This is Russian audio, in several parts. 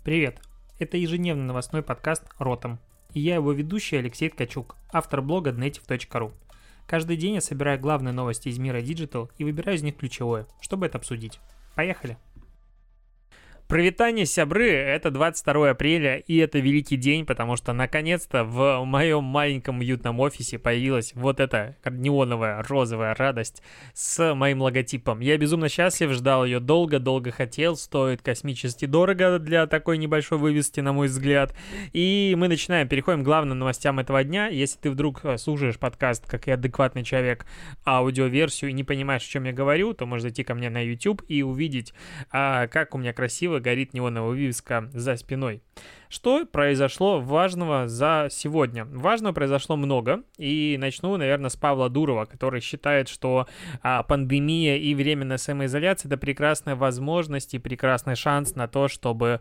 Привет! Это ежедневный новостной подкаст «Ротом». И я его ведущий Алексей Ткачук, автор блога Dnetiv.ru. Каждый день я собираю главные новости из мира Digital и выбираю из них ключевое, чтобы это обсудить. Поехали! Привитание, сябры! Это 22 апреля, и это великий день, потому что наконец-то в моем маленьком уютном офисе появилась вот эта неоновая розовая радость с моим логотипом. Я безумно счастлив, ждал ее долго хотел, стоит космически дорого для такой небольшой вывески, на мой взгляд. И мы переходим к главным новостям этого дня. Если ты вдруг слушаешь подкаст, как и адекватный человек, аудиоверсию и не понимаешь, о чем я говорю, то можешь зайти ко мне на YouTube и увидеть, как у меня красиво горит неоновая вывеска за спиной. Что произошло важного за сегодня? Важного произошло много, и начну, наверное, с Павла Дурова, который считает, что пандемия и временная самоизоляция — это прекрасная возможность и прекрасный шанс на то, чтобы,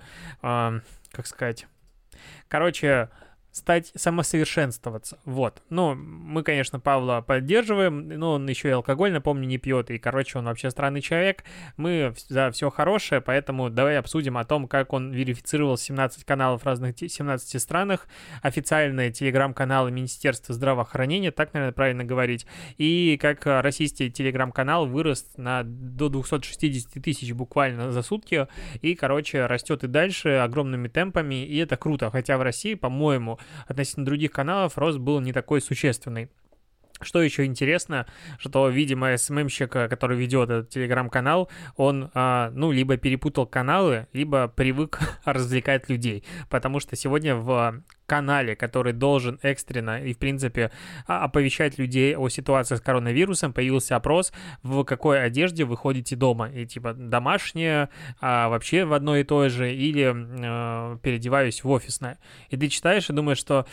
стать самосовершенствоваться. Вот. Ну, мы, конечно, Павла поддерживаем, но он еще и алкоголь, напомню, не пьет, и, он вообще странный человек. Мы за все хорошее, поэтому давай обсудим о том, как он верифицировал 17 каналов в разных 17 странах, официальные телеграм-каналы Министерства здравоохранения, так, наверное, правильно говорить, и как российский телеграм-канал вырос до 260 тысяч буквально за сутки, и, растет и дальше огромными темпами, и это круто, хотя в России, по-моему, относительно других каналов рост был не такой существенный. Что еще интересно, что, видимо, СММщик, который ведет этот телеграм-канал, он, либо перепутал каналы, либо привык развлекать людей, потому что сегодня в канале, который должен экстренно и, в принципе, оповещать людей о ситуации с коронавирусом, появился опрос, в какой одежде вы ходите дома, и домашняя, вообще в одной и той же, или переодеваюсь в офисное. И ты читаешь и думаешь, что,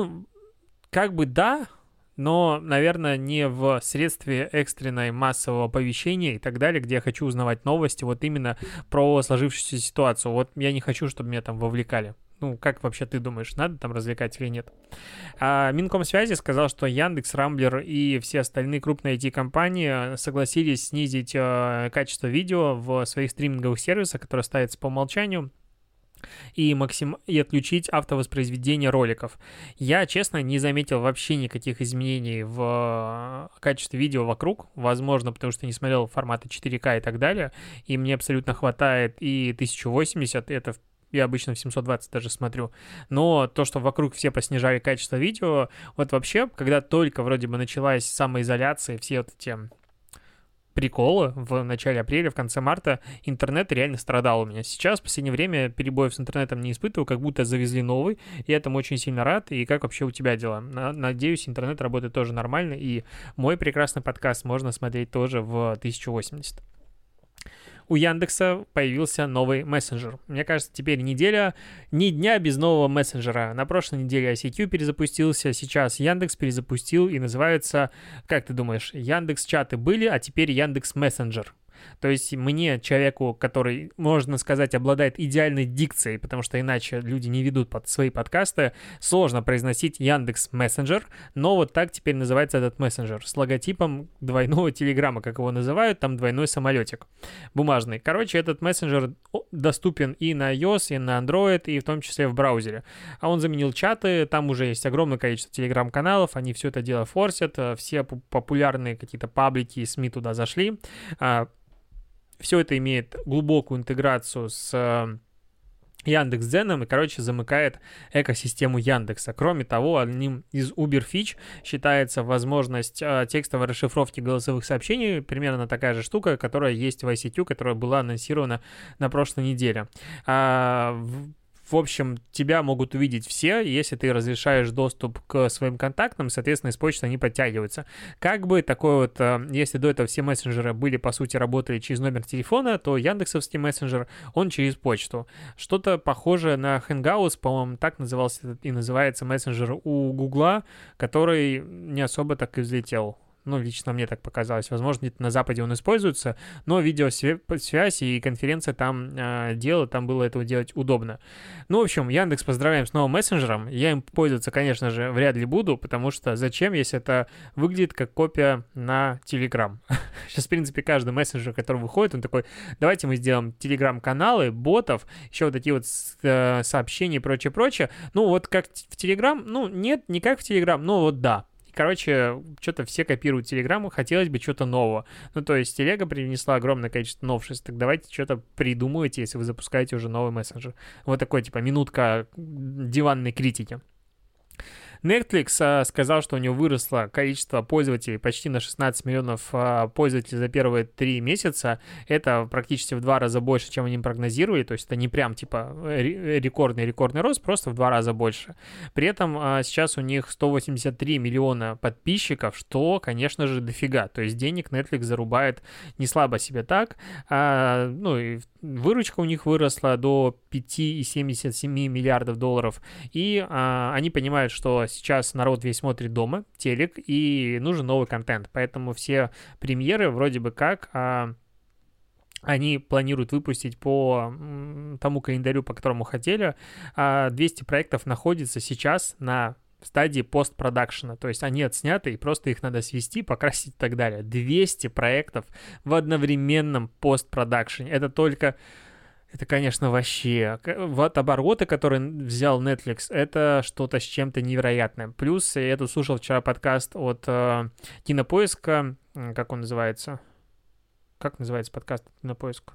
да, но, наверное, не в средстве экстренной массового оповещения и так далее, где я хочу узнавать новости вот именно про сложившуюся ситуацию. Вот я не хочу, чтобы меня там вовлекали. Как вообще ты думаешь, надо там развлекать или нет? Минкомсвязи сказал, что Яндекс, Рамблер и все остальные крупные IT-компании согласились снизить качество видео в своих стриминговых сервисах, которые ставятся по умолчанию, и отключить автовоспроизведение роликов. Я, честно, не заметил вообще никаких изменений в качестве видео вокруг, возможно, потому что не смотрел форматы 4К и так далее, и мне абсолютно хватает и 1080, это я обычно в 720 даже смотрю, но то, что вокруг все поснижали качество видео, вот вообще, когда только вроде бы началась самоизоляция, все вот эти приколы в начале апреля, в конце марта, интернет реально страдал у меня. Сейчас в последнее время перебоев с интернетом не испытываю, как будто завезли новый, и этому очень сильно рад. И как вообще у тебя дела? Надеюсь, интернет работает тоже нормально, и мой прекрасный подкаст можно смотреть тоже в 1080. У Яндекса появился новый мессенджер. Мне кажется, теперь ни дня без нового мессенджера. На прошлой неделе ICQ перезапустился, сейчас Яндекс перезапустил и называется, как ты думаешь, Яндекс.Чаты были, а теперь Яндекс Мессенджер. То есть мне, человеку, который, можно сказать, обладает идеальной дикцией, потому что иначе люди не ведут под свои подкасты, сложно произносить Яндекс Мессенджер, но вот так теперь называется этот мессенджер с логотипом двойного телеграмма, как его называют, там двойной самолетик бумажный. Этот мессенджер доступен и на iOS, и на Android, и в том числе в браузере. А он заменил чаты, там уже есть огромное количество телеграм-каналов, они все это дело форсят, все популярные какие-то паблики и СМИ туда зашли. Все это имеет глубокую интеграцию с Яндекс.Дзеном и, замыкает экосистему Яндекса. Кроме того, одним из Uber-фич считается возможность текстовой расшифровки голосовых сообщений, примерно такая же штука, которая есть в ICQ, которая была анонсирована на прошлой неделе. В общем, тебя могут увидеть все, если ты разрешаешь доступ к своим контактам, соответственно, из почты они подтягиваются. Если до этого все мессенджеры по сути, работали через номер телефона, то яндексовский мессенджер, он через почту. Что-то похожее на Hangouts, по-моему, так назывался и называется мессенджер у Гугла, который не особо так и взлетел. Ну, лично мне так показалось. Возможно, где-то на Западе он используется, но видеосвязь и конференция там там было этого делать удобно. Ну, в общем, Яндекс поздравляем с новым мессенджером. Я им пользоваться, конечно же, вряд ли буду, потому что зачем, если это выглядит как копия на Telegram? Сейчас, в принципе, каждый мессенджер, который выходит, он такой, давайте мы сделаем Telegram-каналы, ботов, еще вот такие вот сообщения и прочее-прочее. Ну, вот как в Telegram, ну, нет, не как в Telegram, ну, вот да. Короче, что-то все копируют Telegram, хотелось бы что-то нового. Ну, то есть Телега принесла огромное количество новшеств, так давайте что-то придумывайте, если вы запускаете уже новый мессенджер. Вот такой, типа, минутка диванной критики. Netflix сказал, что у него выросло количество пользователей почти на 16 миллионов пользователей за первые 3 месяца. Это практически в 2 раза больше, чем они прогнозировали. То есть это не прям типа рекордный рост, просто в 2 раза больше. При этом сейчас у них 183 миллиона подписчиков, что, конечно же, дофига. То есть денег Netflix зарубает не слабо себе так. Ну и выручка у них выросла до 5,77 миллиардов долларов. И они понимают, что сейчас народ весь смотрит дома, телек, и нужен новый контент. Поэтому все премьеры вроде бы как они планируют выпустить по тому календарю, по которому хотели. 200 проектов находится сейчас на стадии постпродакшена, то есть они отсняты, и просто их надо свести, покрасить и так далее. 200 проектов в одновременном постпродакшене. Это, конечно, вообще... Вот обороты, которые взял Netflix, это что-то с чем-то невероятным. Плюс я тут слушал вчера подкаст от Кинопоиска, как он называется? Как называется подкаст Кинопоиск?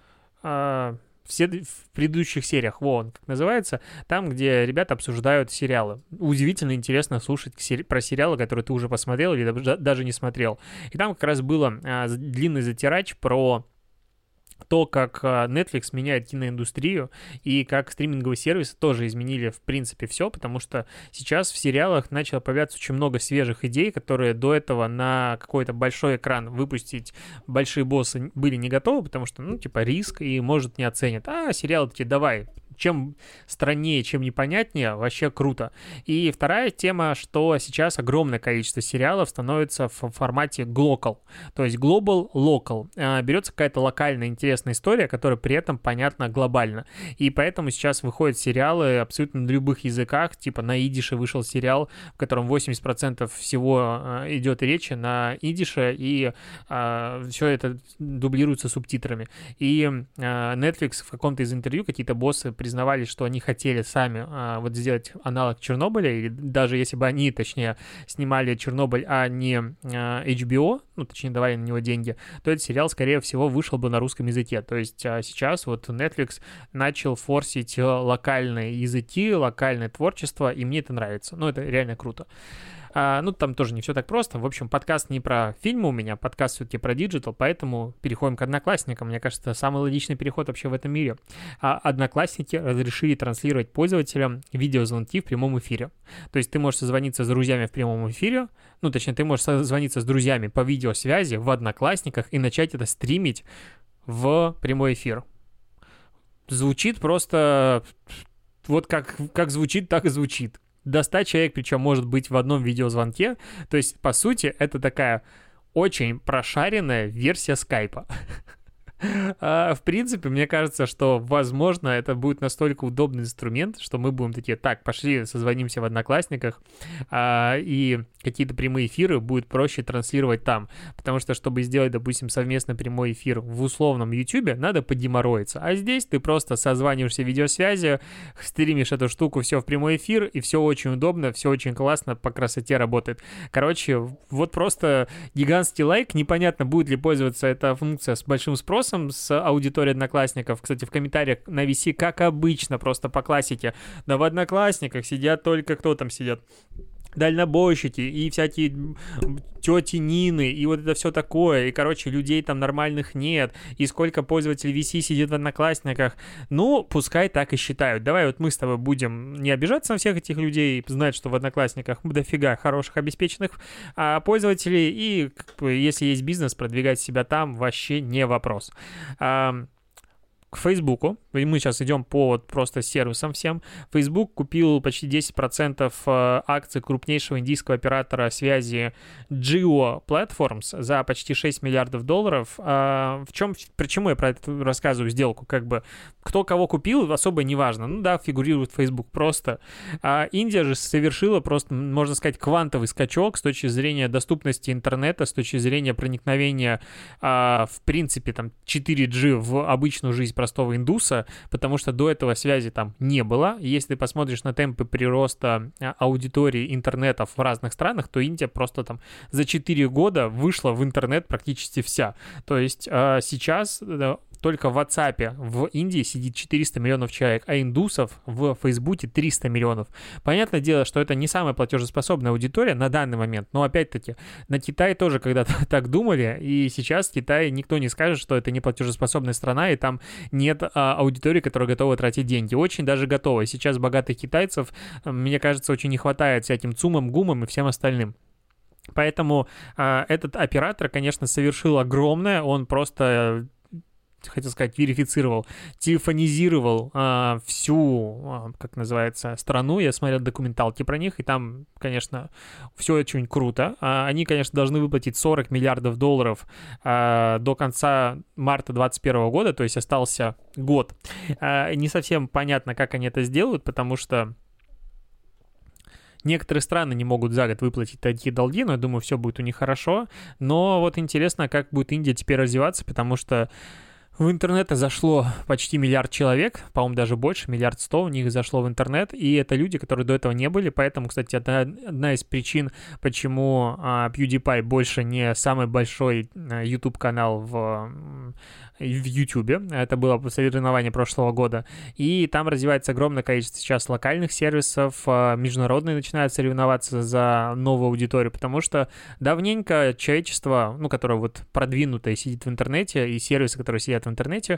Все в предыдущих сериях, вон, как называется, там, где ребята обсуждают сериалы. Удивительно интересно слушать про сериалы, которые ты уже посмотрел или даже не смотрел. И там как раз было длинный затирач про то, как Netflix меняет киноиндустрию и как стриминговые сервисы тоже изменили, в принципе, все, потому что сейчас в сериалах начало появляться очень много свежих идей, которые до этого на какой-то большой экран выпустить большие боссы были не готовы, потому что, ну, типа, риск, и, может, не оценят. А сериалы такие, давай, чем страннее, чем непонятнее, вообще круто. И вторая тема, что сейчас огромное количество сериалов становится в формате global, то есть global, local. Берется какая-то локальная интересная история, которая при этом понятна глобально. И поэтому сейчас выходят сериалы абсолютно на любых языках, типа на идише вышел сериал, в котором 80% всего идет речи на идише, и все это дублируется субтитрами. И Netflix в каком-то из интервью какие-то боссы признавались, что они хотели сами вот сделать аналог Чернобыля, или даже если бы они, точнее, снимали Чернобыль, а не HBO, ну, точнее, давали на него деньги, то этот сериал, скорее всего, вышел бы на русском языке. То есть сейчас вот Netflix начал форсить локальные языки, локальное творчество, и мне это нравится. Ну, это реально круто. Ну, там тоже не все так просто. В общем, подкаст не про фильмы у меня, подкаст все-таки про диджитал, поэтому переходим к Одноклассникам. Мне кажется, самый логичный переход вообще в этом мире. Одноклассники разрешили транслировать пользователям видеозвонки в прямом эфире. То есть ты можешь созвониться с друзьями в прямом эфире, ну, точнее, ты можешь созвониться с друзьями по видеосвязи в Одноклассниках и начать это стримить в прямой эфир. Звучит просто... Вот как звучит, так и звучит. До 100 человек, причем может быть в одном видеозвонке. То есть, по сути, это такая очень прошаренная версия скайпа. В принципе, мне кажется, что, возможно, это будет настолько удобный инструмент, что мы будем такие, так, пошли, созвонимся в Одноклассниках, и какие-то прямые эфиры будет проще транслировать там. Потому что, чтобы сделать, допустим, совместно прямой эфир в условном YouTube, надо подемороиться. А здесь ты просто созваниваешься в видеосвязи, стримишь эту штуку, все в прямой эфир, и все очень удобно, все очень классно, по красоте работает. Короче, вот просто гигантский лайк. Непонятно, будет ли пользоваться эта функция с большим спросом, с аудиторией Одноклассников. Кстати, в комментариях на VC, как обычно, просто по классике. Да в Одноклассниках сидят только кто там сидят? Дальнобойщики и всякие тети Нины, и вот это все такое, и, короче, людей там нормальных нет, и сколько пользователей VC сидит в Одноклассниках. Ну, пускай так и считают. Давай вот мы с тобой будем не обижаться на всех этих людей, знать, что в Одноклассниках дофига хороших обеспеченных пользователей, и если есть бизнес, продвигать себя там вообще не вопрос. к Фейсбуку, и мы сейчас идем по вот просто сервисам всем. Facebook купил почти 10% акций крупнейшего индийского оператора связи Jio Platforms за почти $6 миллиардов. Почему я про это рассказываю, сделку? Как бы кто кого купил, особо не важно. Ну да, фигурирует Facebook просто. А Индия же совершила просто, можно сказать, квантовый скачок с точки зрения доступности интернета, с точки зрения проникновения, в принципе, там, 4G в обычную жизнь простого индуса, потому что до этого связи там не было. Если ты посмотришь на темпы прироста аудитории интернетов в разных странах, то Индия просто там за 4 года вышла в интернет практически вся. То есть сейчас только в WhatsApp в Индии сидит 400 миллионов человек, а индусов в Фейсбуке 300 миллионов. Понятное дело, что это не самая платежеспособная аудитория на данный момент, но опять-таки на Китай тоже когда-то так думали, и сейчас в Китае никто не скажет, что это не платежеспособная страна, и там нет аудитории, которая готова тратить деньги. Очень даже готова. Сейчас богатых китайцев, мне кажется, очень не хватает всяким ЦУМам, ГУМам и всем остальным. Поэтому этот оператор, конечно, совершил огромное, он просто... хотел сказать, верифицировал, телефонизировал всю, как называется, страну. Я смотрел документалки про них, и там, конечно, все очень круто. Они, конечно, должны выплатить $40 миллиардов до конца марта 2021 года, то есть остался год. Не совсем понятно, как они это сделают, потому что некоторые страны не могут за год выплатить такие долги, но я думаю, все будет у них хорошо. Но вот интересно, как будет Индия теперь развиваться, потому что в интернет зашло почти 1 миллиард человек, по-моему, даже больше, 1,1 миллиард у них зашло в интернет, и это люди, которые до этого не были, поэтому, кстати, это одна из причин, почему PewDiePie больше не самый большой YouTube-канал в YouTube, это было соревнование прошлого года, и там развивается огромное количество сейчас локальных сервисов, международные начинают соревноваться за новую аудиторию, потому что давненько человечество, ну, которое вот продвинутое сидит в интернете, и сервисы, которые сидят в интернете,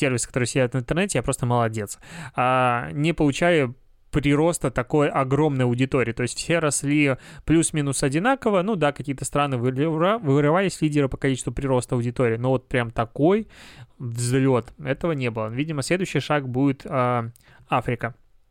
я просто молодец, не получаю прироста такой огромной аудитории. То есть все росли плюс-минус одинаково. Ну да, какие-то страны вырывались лидеры по количеству прироста аудитории, но вот прям такой взлет этого не было. Видимо, следующий шаг будет Африка.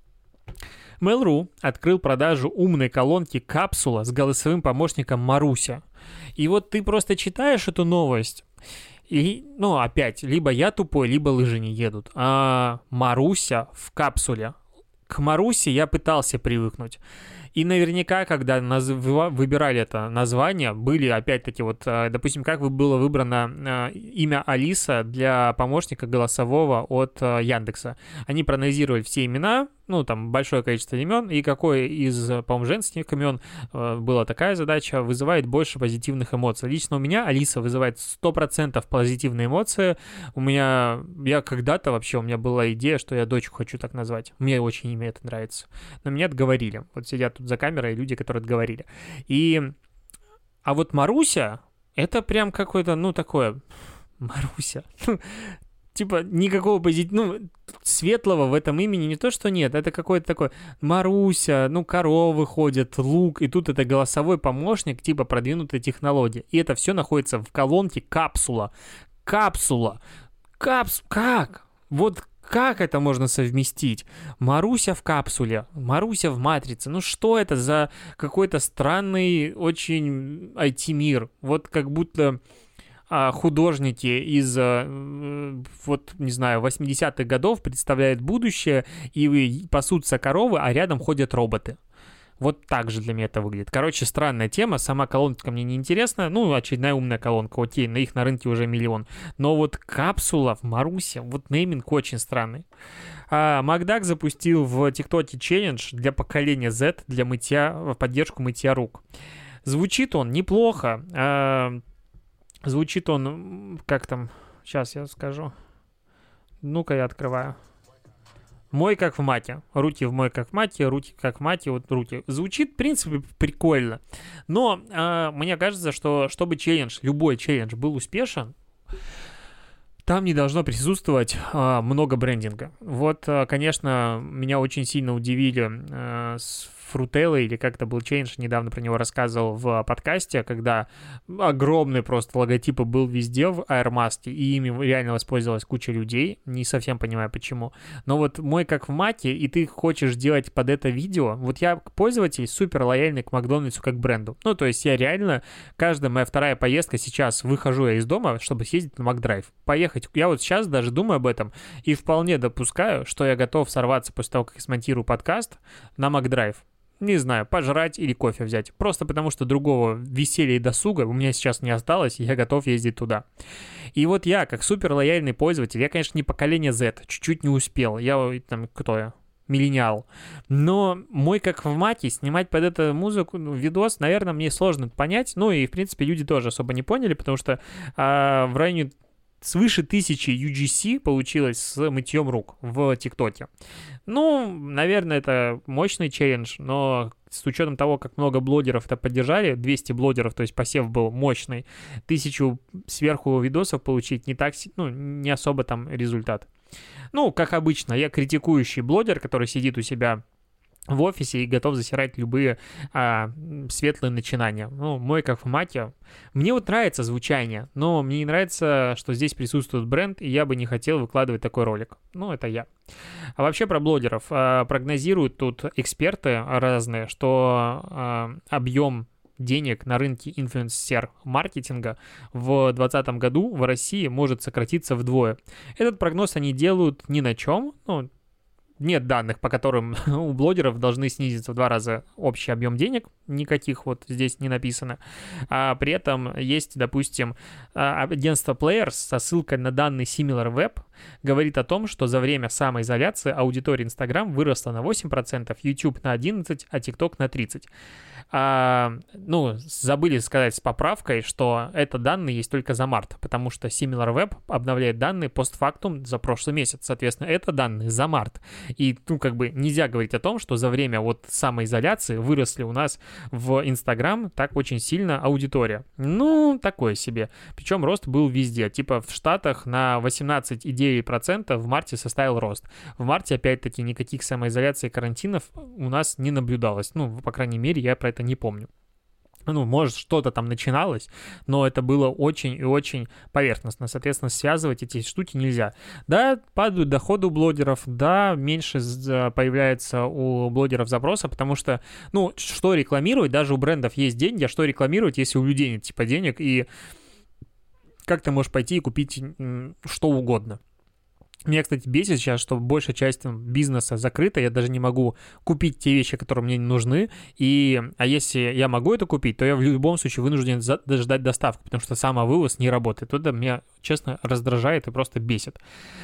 Mail.ru открыл продажу умной колонки «Капсула» с голосовым помощником Маруся. И вот ты просто читаешь эту новость, и, ну, опять, либо я тупой, либо лыжи не едут. А Маруся в капсуле. К Марусе я пытался привыкнуть. И наверняка, когда выбирали это название, были опять-таки вот, допустим, как было выбрано имя Алиса для помощника голосового от Яндекса. Они проанализировали все имена, ну, там, большое количество имен, и какое из, по-моему, женских имен была такая задача, вызывает больше позитивных эмоций. Лично у меня Алиса вызывает 100% позитивные эмоции. У меня была идея, что я дочку хочу так назвать. Мне очень имя это нравится. Но меня отговорили. Вот сидят тут за камерой люди, которые отговорили. А вот Маруся, это прям какое-то, ну, такое... Маруся... Типа, никакого светлого в этом имени не то, что нет, это какой-то такой Маруся, коровы ходят, лук, и тут это голосовой помощник, типа продвинутая технология. И это все находится в колонке «Капсула». Как? Вот как это можно совместить? Маруся в капсуле, Маруся в матрице. Ну что это за какой-то странный очень IT-мир? Вот как будто... художники из, не знаю, 80-х годов представляют будущее, и пасутся коровы, а рядом ходят роботы. Вот так же для меня это выглядит. Короче, странная тема, сама колонка мне не интересна, очередная умная колонка, окей, на их на рынке уже 1 миллион. Но вот капсула в Марусе, вот нейминг очень странный. Макдак запустил в ТикТоке челлендж для поколения Z для в поддержку мытья рук. Звучит он неплохо, звучит он, как там, сейчас я скажу. Ну-ка, я открываю. Мой как в мате. Руки в мой как в мате, руки как в мате, вот руки. Звучит, в принципе, прикольно. Но мне кажется, что чтобы любой челлендж был успешен, там не должно присутствовать много брендинга. Вот, конечно, меня очень сильно удивили с Fruitella, или как-то был Change, недавно про него рассказывал в подкасте, когда огромный просто логотип был везде в AirMask, и ими реально воспользовалась куча людей, не совсем понимаю почему. Но вот мой как в Маке, и ты хочешь делать под это видео, вот я пользователь супер лояльный к Макдональдсу как бренду. Ну, то есть я реально, каждая моя вторая поездка сейчас, выхожу я из дома, чтобы съездить на Макдрайв, поехать. Я вот сейчас даже думаю об этом и вполне допускаю, что я готов сорваться после того, как я смонтирую подкаст на Макдрайв. Не знаю, пожрать или кофе взять. Просто потому, что другого веселья и досуга у меня сейчас не осталось, и я готов ездить туда. И вот я, как супер лояльный пользователь, я, конечно, не поколение Z, чуть-чуть не успел. Я там, кто я? Миллениал. Но мой как в Маке снимать под эту музыку видос, наверное, мне сложно понять. Ну и, в принципе, люди тоже особо не поняли, потому что в районе свыше 1000 UGC получилось с мытьем рук в ТикТоке. Ну, наверное, это мощный челлендж, но с учетом того, как много блогеров это поддержали, 200 блогеров, то есть посев был мощный, 1000 сверху видосов получить не так, ну, не особо там результат. Ну, как обычно, я критикующий блогер, который сидит у себя в офисе и готов засирать любые светлые начинания. Ну, мой как в Маке. Мне вот нравится звучание, но мне не нравится, что здесь присутствует бренд, и я бы не хотел выкладывать такой ролик. Ну, это я. А вообще про блогеров. Прогнозируют тут эксперты разные, что объем денег на рынке инфлюенсер-маркетинга в 2020 году в России может сократиться вдвое. Этот прогноз они делают ни на чем, ну, нет данных, по которым у блогеров должны снизиться в 2 раза общий объем денег, никаких вот здесь не написано. А при этом есть, допустим, агентство Players со ссылкой на данные SimilarWeb говорит о том, что за время самоизоляции аудитория Instagram выросла на 8%, YouTube на 11%, а TikTok на 30%. Ну, забыли сказать с поправкой, что это данные есть только за март, потому что SimilarWeb обновляет данные постфактум за прошлый месяц. Соответственно, это данные за март. И, ну, как бы нельзя говорить о том, что за время вот самоизоляции выросли у нас в Instagram так очень сильно аудитория. Ну, такое себе. Причем рост был везде. Типа в Штатах на 18,9% в марте составил рост. В марте, опять-таки, никаких самоизоляций и карантинов у нас не наблюдалось. Ну, по крайней мере, я про это не помню. Ну, может, что-то там начиналось, но это было очень и очень поверхностно. Соответственно, связывать эти штуки нельзя. Да, падают доходы у блогеров, да, меньше появляется у блогеров запроса, потому что, ну, что рекламировать, даже у брендов есть деньги, а что рекламировать, если у людей нет типа денег, и как ты можешь пойти и купить что угодно. Меня, кстати, бесит сейчас, что большая часть бизнеса закрыта, я даже не могу купить те вещи, которые мне не нужны, а если я могу это купить, то я в любом случае вынужден ждать доставку, потому что самовывоз не работает. Это меня, честно, раздражает и просто бесит.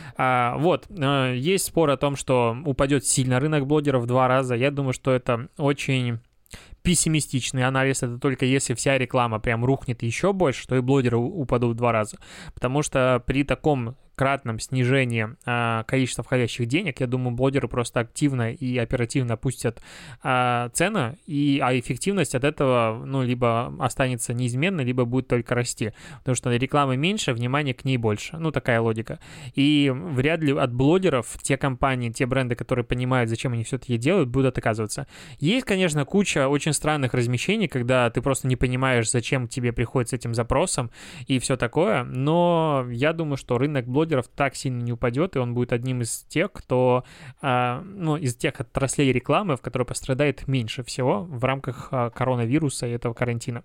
Есть спор о том, что упадет сильно рынок блогеров в 2 раза. Я думаю, что это очень пессимистичный анализ, это только если вся реклама прям рухнет еще больше, то и блогеры упадут в 2 раза. Потому что при таком кратном снижении количества входящих денег, я думаю, блогеры просто активно и оперативно опустят цену, а эффективность от этого, ну, либо останется неизменной, либо будет только расти. Потому что рекламы меньше, внимания к ней больше. Ну, такая логика. И вряд ли от блогеров те компании, те бренды, которые понимают, зачем они все-таки делают, будут отказываться. Есть, конечно, куча очень странных размещений, когда ты просто не понимаешь, зачем тебе приходит с этим запросом и все такое, но я думаю, что рынок блогеров так сильно не упадет, и он будет одним из тех, кто, из тех отраслей рекламы, в которой пострадает меньше всего в рамках коронавируса и этого карантина.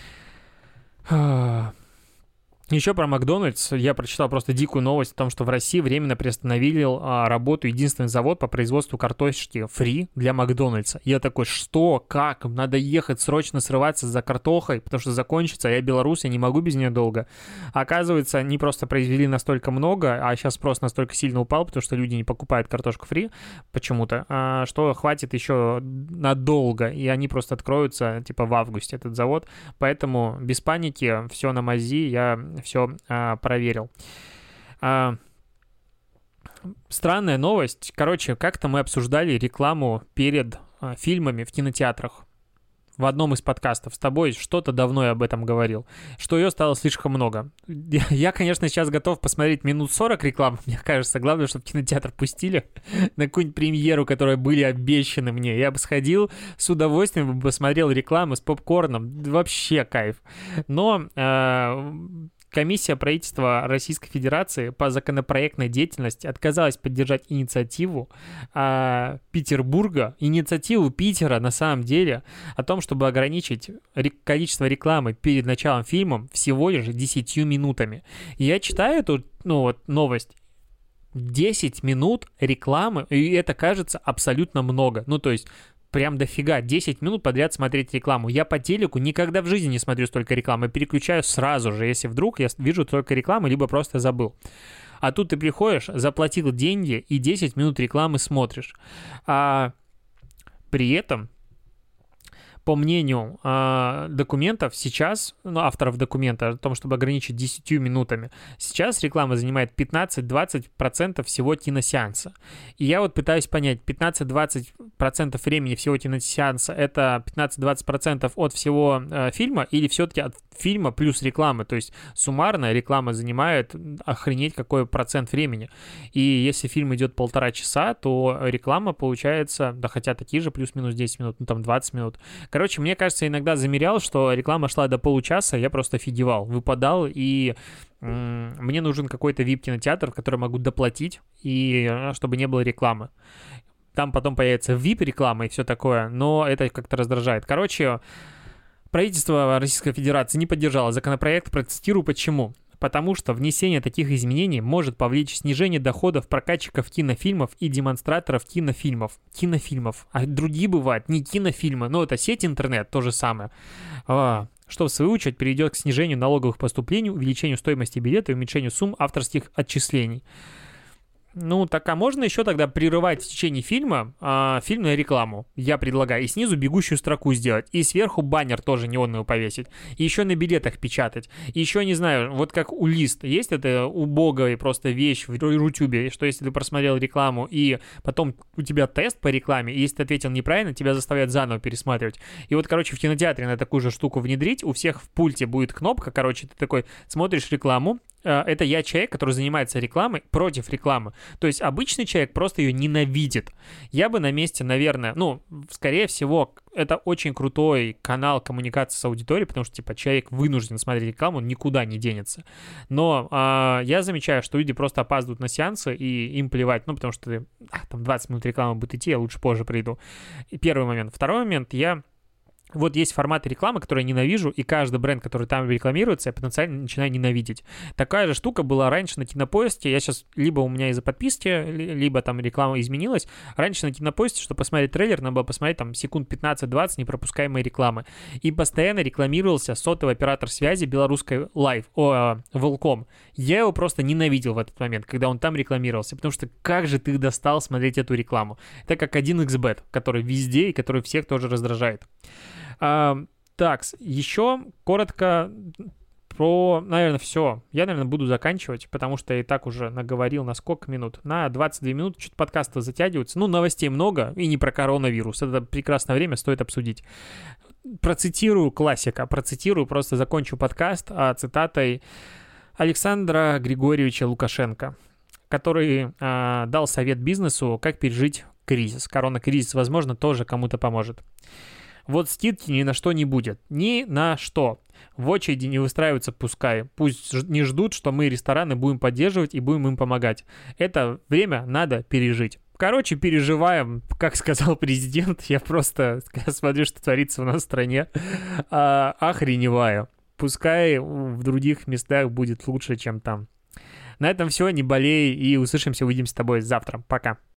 Еще про Макдональдс. Я прочитал просто дикую новость о том, что в России временно приостановили работу единственный завод по производству картошки фри для Макдональдса. Я такой, что? Как? Надо ехать срочно срываться за картохой, потому что закончится, я белорус, я не могу без нее долго. Оказывается, они просто произвели настолько много, а сейчас спрос настолько сильно упал, потому что люди не покупают картошку фри почему-то, что хватит еще надолго, и они просто откроются типа в августе, этот завод. Поэтому без паники, все на мази, я все проверил. Странная новость. Короче, как-то мы обсуждали рекламу перед фильмами в кинотеатрах. в одном из подкастов с тобой что-то давно я об этом говорил, что ее стало слишком много. Я, конечно, сейчас готов посмотреть минут 40 рекламы, мне кажется. Главное, чтобы кинотеатр пустили на какую-нибудь премьеру, которые были обещаны мне. Я бы сходил с удовольствием, бы посмотрел рекламу с попкорном. Вообще кайф. Но Комиссия правительства Российской Федерации по законопроектной деятельности отказалась поддержать инициативу Петербурга, инициативу Питера на самом деле, о том, чтобы ограничить количество рекламы перед началом фильма всего лишь 10 минутами. И я читаю эту новость. 10 минут рекламы, и это кажется абсолютно много. Ну, то есть прям дофига, 10 минут подряд смотреть рекламу. Я по телеку никогда в жизни не смотрю столько рекламы, переключаю сразу же, если вдруг я вижу только рекламу, либо просто забыл. А тут ты приходишь, заплатил деньги и 10 минут рекламы смотришь. А при этом, по мнению документов, сейчас, авторов документа о том, чтобы ограничить 10 минутами, сейчас реклама занимает 15-20% всего киносеанса. И я вот пытаюсь понять, 15-20% времени всего киносеанса — это 15-20% от всего фильма или все-таки от фильма плюс рекламы? То есть суммарно реклама занимает охренеть какой процент времени. И если фильм идет 1,5 часа, то реклама получается, да хотя такие же плюс-минус 10 минут, там 20 минут. Короче, мне кажется, иногда замерял, что реклама шла до получаса, я просто офигевал, выпадал, и мне нужен какой-то VIP-кинотеатр, в который могу доплатить, и чтобы не было рекламы. Там потом появится VIP-реклама и все такое, но это как-то раздражает. Короче, правительство Российской Федерации не поддержало законопроект, процитирую почему. Потому что внесение таких изменений может повлечь снижение доходов прокатчиков кинофильмов и демонстраторов кинофильмов. А другие бывают не кинофильмы, но это сеть интернет, то же самое. Что в свою очередь приведет к снижению налоговых поступлений, увеличению стоимости билета и уменьшению сумм авторских отчислений. Ну, так а можно еще тогда прерывать в течение фильма фильм на рекламу? Я предлагаю. И снизу бегущую строку сделать. И сверху баннер тоже неонный повесить. И еще на билетах печатать. И еще, не знаю, вот как у Лист. Есть эта убогая просто вещь в Рутюбе, что если ты просмотрел рекламу, и потом у тебя тест по рекламе, и если ты ответил неправильно, тебя заставляют заново пересматривать. И вот, короче, в кинотеатре на такую же штуку внедрить. У всех в пульте будет кнопка, короче, ты такой смотришь рекламу. Это я человек, который занимается рекламой против рекламы. То есть обычный человек просто ее ненавидит. Я бы на месте, наверное, скорее всего, это очень крутой канал коммуникации с аудиторией, потому что, типа, человек вынужден смотреть рекламу, он никуда не денется. Но я замечаю, что люди просто опаздывают на сеансы, и им плевать, потому что там 20 минут рекламы будет идти, я лучше позже приду. И первый момент. Второй момент, вот есть форматы рекламы, которые я ненавижу, и каждый бренд, который там рекламируется, я потенциально начинаю ненавидеть. Такая же штука была раньше на Кинопоиске. Я сейчас либо у меня из-за подписки, либо там реклама изменилась. Раньше на Кинопоиске, чтобы посмотреть трейлер, надо было посмотреть там секунд 15-20 непропускаемой рекламы. И постоянно рекламировался сотовый оператор связи белорусской Волком. Я его просто ненавидел в этот момент, когда он там рекламировался, потому что как же ты достал смотреть эту рекламу? Это как 1xBet, который везде и который всех тоже раздражает. Так, еще коротко про, наверное, все. Я, наверное, буду заканчивать, потому что я и так уже наговорил на сколько минут? На 22 минуты, что-то подкасты затягиваются. Новостей много, и не про коронавирус. Это прекрасное время, стоит обсудить. Процитирую классика, просто закончу подкаст цитатой Александра Григорьевича Лукашенко, который дал совет бизнесу, как пережить кризис. Коронакризис, возможно, тоже кому-то поможет. Вот скидки ни на что не будет. Ни на что. В очереди не выстраиваются пускай. Пусть не ждут, что мы рестораны будем поддерживать и будем им помогать. Это время надо пережить. Короче, переживаем, как сказал президент. Я просто смотрю, что творится у нас в стране. Охреневаю. Пускай в других местах будет лучше, чем там. На этом все. Не болей. И услышимся, увидимся с тобой завтра. Пока.